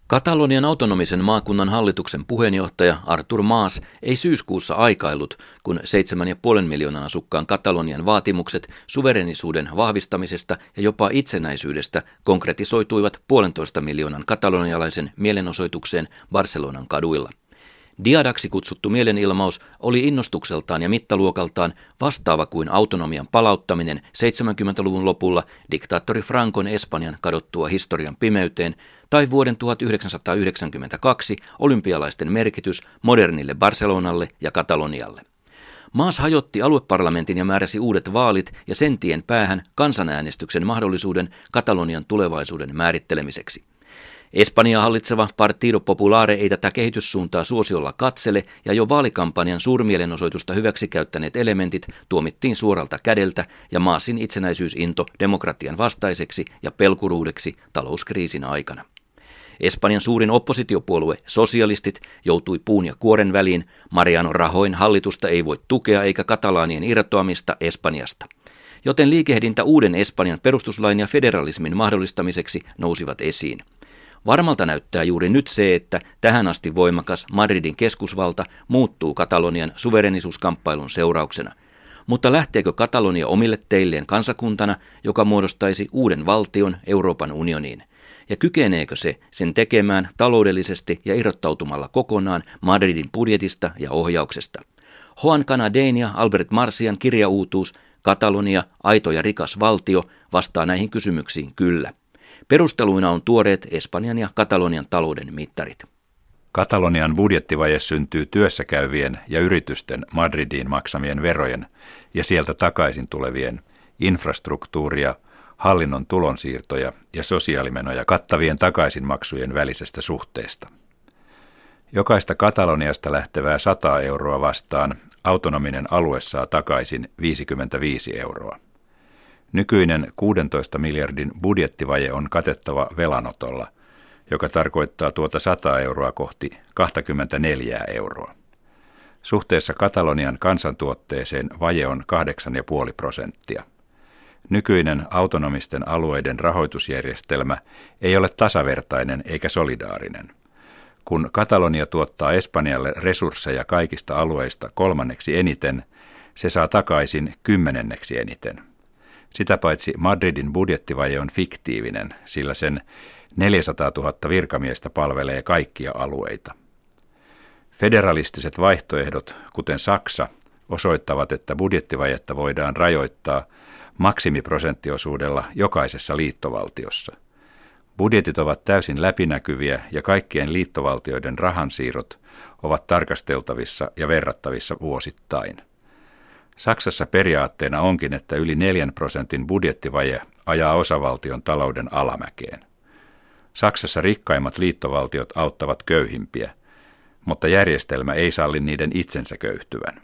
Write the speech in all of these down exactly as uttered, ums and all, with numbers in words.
Katalonian autonomisen maakunnan hallituksen puheenjohtaja Artur Mas ei syyskuussa aikailut, kun seitsemän pilkku viiden miljoonan asukkaan Katalonian vaatimukset suverenisuuden vahvistamisesta ja jopa itsenäisyydestä konkretisoituivat puolentoista miljoonan katalonialaisen mielenosoitukseen Barcelonan kaduilla. Diadaksi kutsuttu mielenilmaus oli innostukseltaan ja mittaluokaltaan vastaava kuin autonomian palauttaminen seitsemänkymmentäluvun lopulla diktaattori Francon Espanjan kadottua historian pimeyteen tai vuoden tuhatyhdeksänsataayhdeksänkymmentäkaksi olympialaisten merkitys modernille Barcelonalle ja Katalonialle. Mas hajotti alueparlamentin ja määräsi uudet vaalit ja sen tien päähän kansanäänestyksen mahdollisuuden Katalonian tulevaisuuden määrittelemiseksi. Espanjaa hallitseva Partido Popular ei tätä kehityssuuntaa suosiolla katsele ja jo vaalikampanjan suurmielenosoitusta hyväksikäyttäneet elementit tuomittiin suoralta kädeltä ja Masin itsenäisyysinto demokratian vastaiseksi ja pelkuruudeksi talouskriisin aikana. Espanjan suurin oppositiopuolue, sosialistit, joutui puun ja kuoren väliin. Mariano Rajoyn hallitusta ei voi tukea eikä katalaanien irtoamista Espanjasta. Joten liikehdintä uuden Espanjan perustuslain ja federalismin mahdollistamiseksi nousivat esiin. Varmalta näyttää juuri nyt se, että tähän asti voimakas Madridin keskusvalta muuttuu Katalonian suverenisuuskamppailun seurauksena. Mutta lähteekö Katalonia omille teilleen kansakuntana, joka muodostaisi uuden valtion Euroopan unioniin? Ja kykeneekö se sen tekemään taloudellisesti ja irrottautumalla kokonaan Madridin budjetista ja ohjauksesta? Juan Canadein ja Albert Marcian kirjauutuus Katalonia, aito ja rikas valtio vastaa näihin kysymyksiin kyllä. Perusteluina on tuoreet Espanjan ja Katalonian talouden mittarit. Katalonian budjettivaje syntyy työssäkäyvien ja yritysten Madridiin maksamien verojen ja sieltä takaisin tulevien infrastruktuuria, hallinnon tulonsiirtoja ja sosiaalimenoja kattavien takaisinmaksujen välisestä suhteesta. Jokaista Kataloniasta lähtevää sata euroa vastaan autonominen alue saa takaisin viisikymmentäviisi euroa. Nykyinen kuudentoista miljardin budjettivaje on katettava velanotolla, joka tarkoittaa tuota sata euroa kohti kaksikymmentäneljä euroa. Suhteessa Katalonian kansantuotteeseen vaje on kahdeksan pilkku viisi prosenttia. Nykyinen autonomisten alueiden rahoitusjärjestelmä ei ole tasavertainen eikä solidaarinen. Kun Katalonia tuottaa Espanjalle resursseja kaikista alueista kolmanneksi eniten, se saa takaisin kymmenenneksi eniten. Sitä paitsi Madridin budjettivaje on fiktiivinen, sillä sen neljäsataatuhatta virkamiestä palvelee kaikkia alueita. Federalistiset vaihtoehdot, kuten Saksa, osoittavat, että budjettivajetta voidaan rajoittaa maksimiprosenttiosuudella jokaisessa liittovaltiossa. Budjetit ovat täysin läpinäkyviä ja kaikkien liittovaltioiden rahansiirrot ovat tarkasteltavissa ja verrattavissa vuosittain. Saksassa periaatteena onkin, että yli neljän prosentin budjettivaje ajaa osavaltion talouden alamäkeen. Saksassa rikkaimmat liittovaltiot auttavat köyhimpiä, mutta järjestelmä ei salli niiden itsensä köyhtyvän.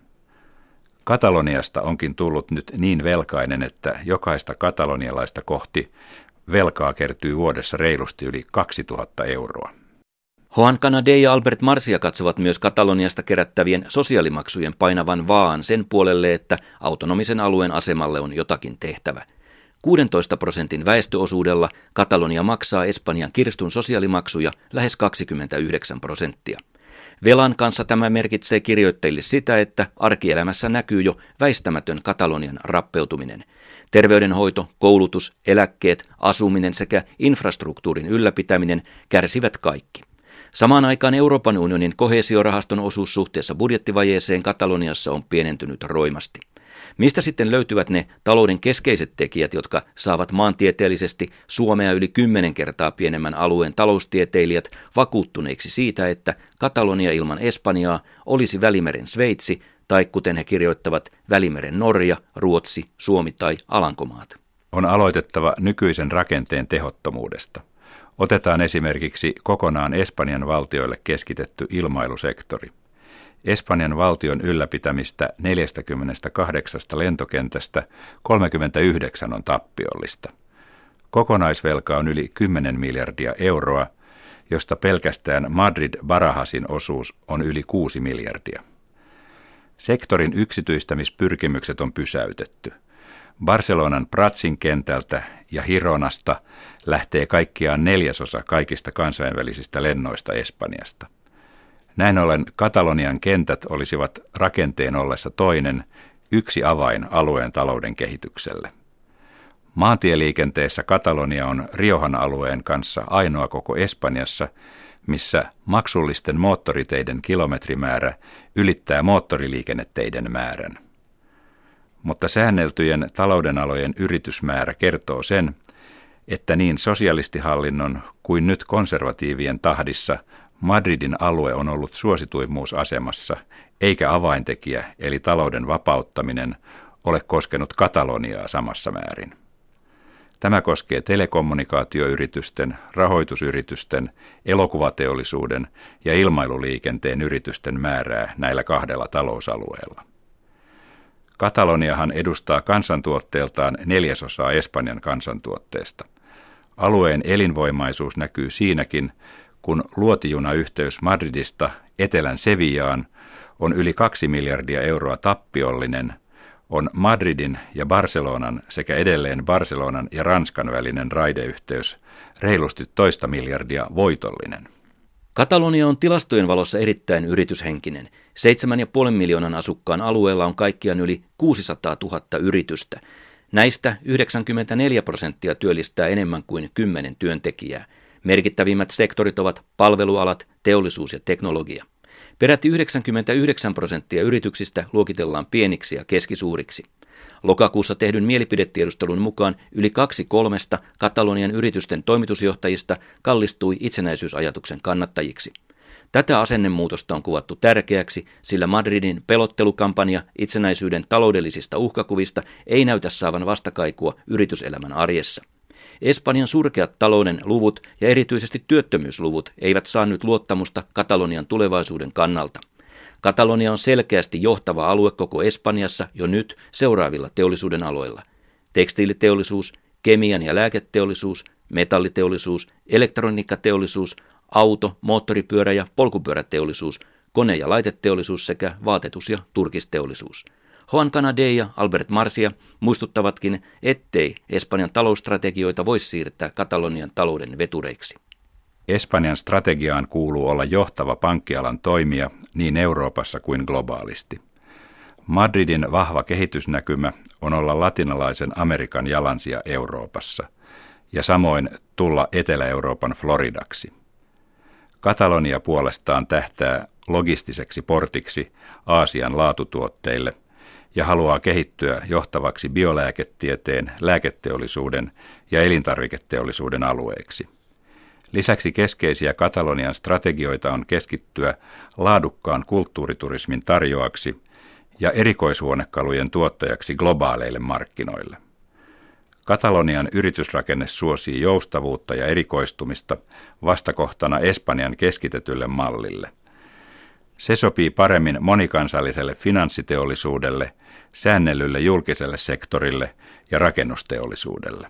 Kataloniasta onkin tullut nyt niin velkainen, että jokaista katalonialaista kohti velkaa kertyy vuodessa reilusti yli kaksituhatta euroa. Juan Canadein ja Albert Marcia katsovat myös Kataloniasta kerättävien sosiaalimaksujen painavan vaan sen puolelle, että autonomisen alueen asemalle on jotakin tehtävä. kuudentoista prosentin väestöosuudella Katalonia maksaa Espanjan kirstun sosiaalimaksuja lähes kaksikymmentäyhdeksän prosenttia. Velan kanssa tämä merkitsee kirjoittajille sitä, että arkielämässä näkyy jo väistämätön Katalonian rappeutuminen. Terveydenhoito, koulutus, eläkkeet, asuminen sekä infrastruktuurin ylläpitäminen kärsivät kaikki. Samaan aikaan Euroopan unionin koheesiorahaston osuus suhteessa budjettivajeeseen Kataloniassa on pienentynyt roimasti. Mistä sitten löytyvät ne talouden keskeiset tekijät, jotka saavat maantieteellisesti Suomea yli kymmenen kertaa pienemmän alueen taloustieteilijät vakuuttuneiksi siitä, että Katalonia ilman Espanjaa olisi Välimeren Sveitsi tai kuten he kirjoittavat Välimeren Norja, Ruotsi, Suomi tai Alankomaat? On aloitettava nykyisen rakenteen tehottomuudesta. Otetaan esimerkiksi kokonaan Espanjan valtioille keskitetty ilmailusektori. Espanjan valtion ylläpitämistä neljästäkymmenestäkahdeksasta lentokentästä kolmekymmentäyhdeksän on tappiollista. Kokonaisvelka on yli kymmenen miljardia euroa, josta pelkästään Madrid-Barajasin osuus on yli kuusi miljardia. Sektorin yksityistämispyrkimykset on pysäytetty. Barcelonan Pratsin kentältä ja Gironasta lähtee kaikkiaan neljäsosa kaikista kansainvälisistä lennoista Espanjasta. Näin ollen Katalonian kentät olisivat rakenteen ollessa toinen, yksi avain alueen talouden kehitykselle. Maantieliikenteessä Katalonia on Riojan alueen kanssa ainoa koko Espanjassa, missä maksullisten moottoriteiden kilometrimäärä ylittää moottoriliikenneteiden määrän. Mutta säänneltyjen taloudenalojen yritysmäärä kertoo sen, että niin sosialistihallinnon kuin nyt konservatiivien tahdissa Madridin alue on ollut suosituimmuusasemassa, eikä avaintekijä eli talouden vapauttaminen ole koskenut Kataloniaa samassa määrin. Tämä koskee telekommunikaatioyritysten, rahoitusyritysten, elokuvateollisuuden ja ilmailuliikenteen yritysten määrää näillä kahdella talousalueella. Kataloniahan edustaa kansantuotteeltaan neljäsosaa Espanjan kansantuotteesta. Alueen elinvoimaisuus näkyy siinäkin, kun luotijunayhteys Madridista etelän Sevillaan on yli kaksi miljardia euroa tappiollinen, on Madridin ja Barcelonan sekä edelleen Barcelonan ja Ranskan välinen raideyhteys reilusti toista miljardia voitollinen. Katalonia on tilastojen valossa erittäin yrityshenkinen. Seitsemän ja puolen miljoonan asukkaan alueella on kaikkiaan yli kuusisataatuhatta yritystä. Näistä yhdeksänkymmentäneljä prosenttia työllistää enemmän kuin kymmenen työntekijää. Merkittävimmät sektorit ovat palvelualat, teollisuus ja teknologia. Peräti yhdeksänkymmentäyhdeksän prosenttia yrityksistä luokitellaan pieniksi ja keskisuuriksi. Lokakuussa tehdyn mielipidetiedustelun mukaan yli kaksi kolmesta Katalonian yritysten toimitusjohtajista kallistui itsenäisyysajatuksen kannattajiksi. Tätä asennemuutosta on kuvattu tärkeäksi, sillä Madridin pelottelukampanja itsenäisyyden taloudellisista uhkakuvista ei näytä saavan vastakaikua yrityselämän arjessa. Espanjan surkeat talouden luvut ja erityisesti työttömyysluvut eivät saa nyt luottamusta Katalonian tulevaisuuden kannalta. Katalonia on selkeästi johtava alue koko Espanjassa jo nyt seuraavilla teollisuuden aloilla. Tekstiiliteollisuus, kemian ja lääketeollisuus, metalliteollisuus, elektroniikkateollisuus, auto-, moottoripyörä- ja polkupyöräteollisuus, kone- ja laiteteollisuus sekä vaatetus- ja turkisteollisuus. Juan Canadé ja Albert Marcia muistuttavatkin, ettei Espanjan talousstrategioita voi siirtää Katalonian talouden vetureiksi. Espanjan strategiaan kuuluu olla johtava pankkialan toimija niin Euroopassa kuin globaalisti. Madridin vahva kehitysnäkymä on olla latinalaisen Amerikan jalansija Euroopassa ja samoin tulla Etelä-Euroopan Floridaksi. Katalonia puolestaan tähtää logistiseksi portiksi Aasian laatutuotteille ja haluaa kehittyä johtavaksi biolääketieteen, lääketeollisuuden ja elintarviketeollisuuden alueeksi. Lisäksi keskeisiä Katalonian strategioita on keskittyä laadukkaan kulttuuriturismin tarjoaksi ja erikoishuonekalujen tuottajaksi globaaleille markkinoille. Katalonian yritysrakenne suosii joustavuutta ja erikoistumista vastakohtana Espanjan keskitetylle mallille. Se sopii paremmin monikansalliselle finanssiteollisuudelle, säännellylle julkiselle sektorille ja rakennusteollisuudelle.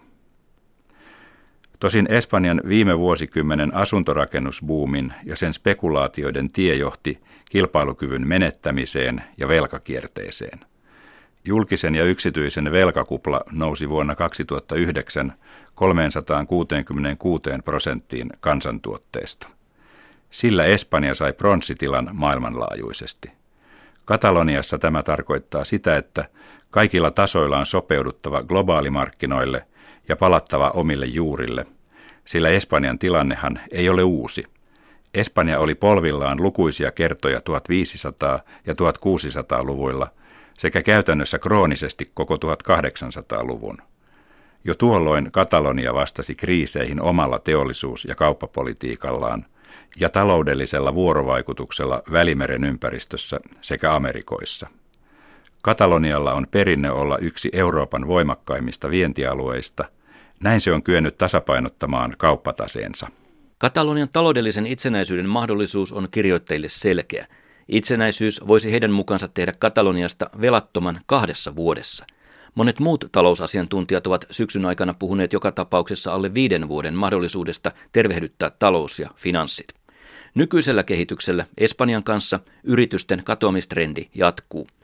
Tosin Espanjan viime vuosikymmenen asuntorakennusbuumin ja sen spekulaatioiden tie johti kilpailukyvyn menettämiseen ja velkakierteeseen. Julkisen ja yksityisen velkakupla nousi vuonna kaksituhattayhdeksän kolmesataakuusikymmentäkuusi prosenttiin kansantuotteesta. Sillä Espanja sai pronssitilan maailmanlaajuisesti. Kataloniassa tämä tarkoittaa sitä, että kaikilla tasoilla on sopeuduttava globaalimarkkinoille ja palattava omille juurille, sillä Espanjan tilannehan ei ole uusi. Espanja oli polvillaan lukuisia kertoja tuhatviisisataa- ja tuhatkuusisataaluvuilla sekä käytännössä kroonisesti koko tuhatkahdeksansataaluvun. Jo tuolloin Katalonia vastasi kriiseihin omalla teollisuus- ja kauppapolitiikallaan ja taloudellisella vuorovaikutuksella Välimeren ympäristössä sekä Amerikoissa. Katalonialla on perinne olla yksi Euroopan voimakkaimmista vientialueista. Näin se on kyennyt tasapainottamaan kauppataseensa. Katalonian taloudellisen itsenäisyyden mahdollisuus on kirjoittajille selkeä. Itsenäisyys voisi heidän mukaansa tehdä Kataloniasta velattoman kahdessa vuodessa. Monet muut talousasiantuntijat ovat syksyn aikana puhuneet joka tapauksessa alle viiden vuoden mahdollisuudesta tervehdyttää talous ja finanssit. Nykyisellä kehityksellä Espanjan kanssa yritysten katoamistrendi jatkuu.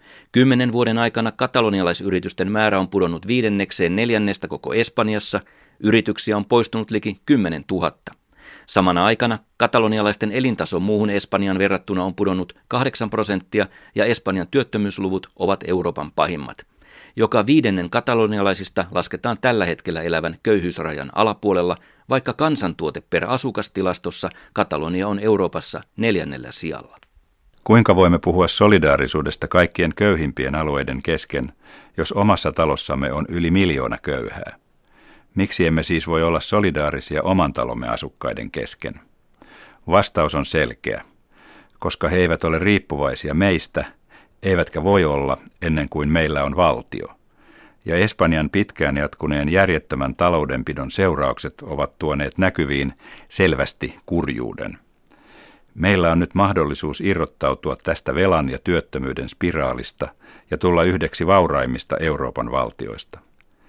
Kymmenen vuoden aikana katalonialaisyritysten määrä on pudonnut viidennekseen neljännestä koko Espanjassa, yrityksiä on poistunut liki kymmenen tuhatta. Samana aikana katalonialaisten elintaso muuhun Espanjan verrattuna on pudonnut kahdeksan prosenttia ja Espanjan työttömyysluvut ovat Euroopan pahimmat. Joka viidennen katalonialaisista lasketaan tällä hetkellä elävän köyhyysrajan alapuolella, vaikka kansantuote per asukastilastossa Katalonia on Euroopassa neljännellä sijalla. Kuinka voimme puhua solidaarisuudesta kaikkien köyhimpien alueiden kesken, jos omassa talossamme on yli miljoona köyhää? Miksi emme siis voi olla solidaarisia oman talomme asukkaiden kesken? Vastaus on selkeä, koska he eivät ole riippuvaisia meistä, eivätkä voi olla ennen kuin meillä on valtio. Ja Espanjan pitkään jatkuneen järjettömän taloudenpidon seuraukset ovat tuoneet näkyviin selvästi kurjuuden. Meillä on nyt mahdollisuus irrottautua tästä velan ja työttömyyden spiraalista ja tulla yhdeksi vauraimmista Euroopan valtioista.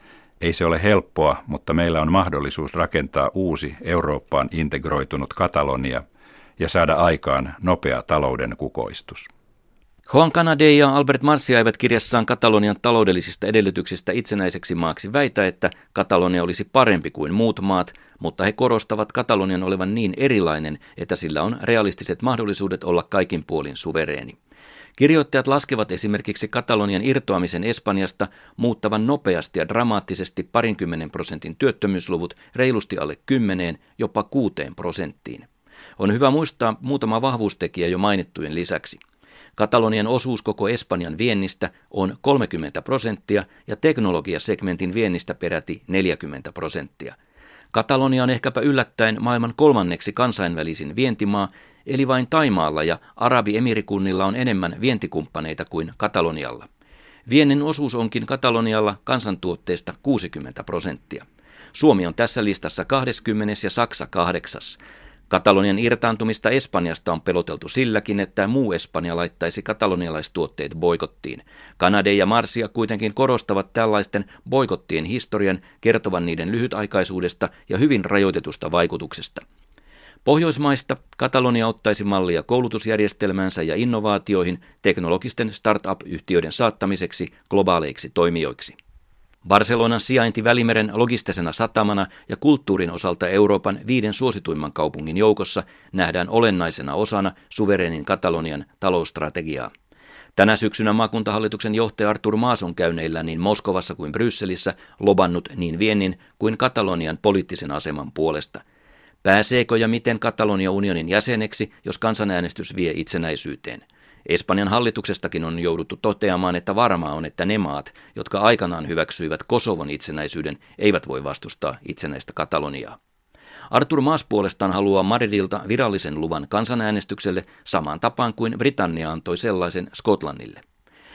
Ei se ole helppoa, mutta meillä on mahdollisuus rakentaa uusi Eurooppaan integroitunut Katalonia ja saada aikaan nopea talouden kukoistus. Juan Canadell ja Albert Marcia eivät kirjassaan Katalonian taloudellisista edellytyksistä itsenäiseksi maaksi väitä, että Katalonia olisi parempi kuin muut maat, mutta he korostavat Katalonian olevan niin erilainen, että sillä on realistiset mahdollisuudet olla kaikin puolin suvereeni. Kirjoittajat laskevat esimerkiksi Katalonian irtoamisen Espanjasta muuttavan nopeasti ja dramaattisesti parinkymmenen prosentin työttömyysluvut reilusti alle kymmeneen, jopa kuuteen prosenttiin. On hyvä muistaa muutama vahvuustekijä jo mainittujen lisäksi. Katalonian osuus koko Espanjan viennistä on kolmekymmentä prosenttia ja teknologiasegmentin viennistä peräti neljäkymmentä prosenttia. Katalonia on ehkäpä yllättäen maailman kolmanneksi kansainvälisin vientimaa, eli vain Thaimaalla ja Arabiemiirikunnilla on enemmän vientikumppaneita kuin Katalonialla. Viennin osuus onkin Katalonialla kansantuotteesta kuusikymmentä prosenttia. Suomi on tässä listassa kaksikymmentä ja Saksa kahdeksas. Katalonian irtaantumista Espanjasta on peloteltu silläkin, että muu Espanja laittaisi katalonialaistuotteet boikottiin. Canadell ja Marcia kuitenkin korostavat tällaisten boikottien historian kertovan niiden lyhytaikaisuudesta ja hyvin rajoitetusta vaikutuksesta. Pohjoismaista Katalonia ottaisi mallia koulutusjärjestelmäänsä ja innovaatioihin teknologisten startup-yhtiöiden saattamiseksi globaaleiksi toimijoiksi. Barcelonan sijainti Välimeren logistisena satamana ja kulttuurin osalta Euroopan viiden suosituimman kaupungin joukossa nähdään olennaisena osana suvereenin Katalonian talousstrategiaa. Tänä syksynä maakuntahallituksen johtaja Artur Mas on käyneillään niin Moskovassa kuin Brysselissä lobannut niin viennin kuin Katalonian poliittisen aseman puolesta. Pääseekö ja miten Katalonia unionin jäseneksi, jos kansanäänestys vie itsenäisyyteen? Espanjan hallituksestakin on jouduttu toteamaan, että varmaa on, että ne maat, jotka aikanaan hyväksyivät Kosovon itsenäisyyden, eivät voi vastustaa itsenäistä Kataloniaa. Artur Mas puolestaan haluaa Madridilta virallisen luvan kansanäänestykselle samaan tapaan kuin Britannia antoi sellaisen Skotlannille.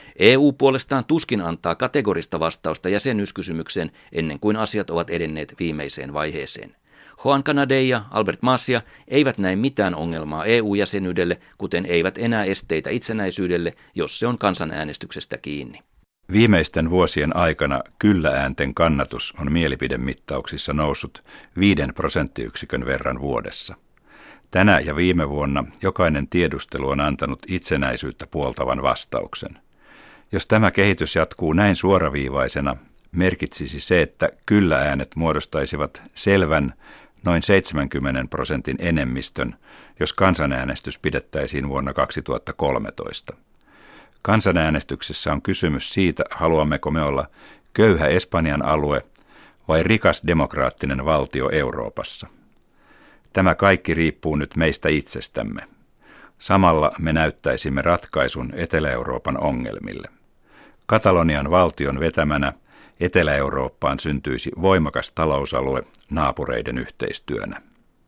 E U puolestaan tuskin antaa kategorista vastausta jäsenyyskysymykseen ennen kuin asiat ovat edenneet viimeiseen vaiheeseen. Juan Canadell ja Albert Marcia eivät näe mitään ongelmaa E U-jäsenyydelle, kuten eivät enää esteitä itsenäisyydelle, jos se on kansanäänestyksestä kiinni. Viimeisten vuosien aikana kyllä-äänten kannatus on mielipidemittauksissa noussut viiden prosenttiyksikön verran vuodessa. Tänä ja viime vuonna jokainen tiedustelu on antanut itsenäisyyttä puoltavan vastauksen. Jos tämä kehitys jatkuu näin suoraviivaisena, merkitsisi se, että kyllä-äänet muodostaisivat selvän noin seitsemänkymmenen prosentin enemmistön, jos kansanäänestys pidettäisiin vuonna kaksituhattakolmetoista. Kansanäänestyksessä on kysymys siitä, haluammeko me olla köyhä Espanjan alue vai rikas demokraattinen valtio Euroopassa. Tämä kaikki riippuu nyt meistä itsestämme. Samalla me näyttäisimme ratkaisun Etelä-Euroopan ongelmille. Katalonian valtion vetämänä Etelä-Eurooppaan syntyisi voimakas talousalue naapureiden yhteistyönä.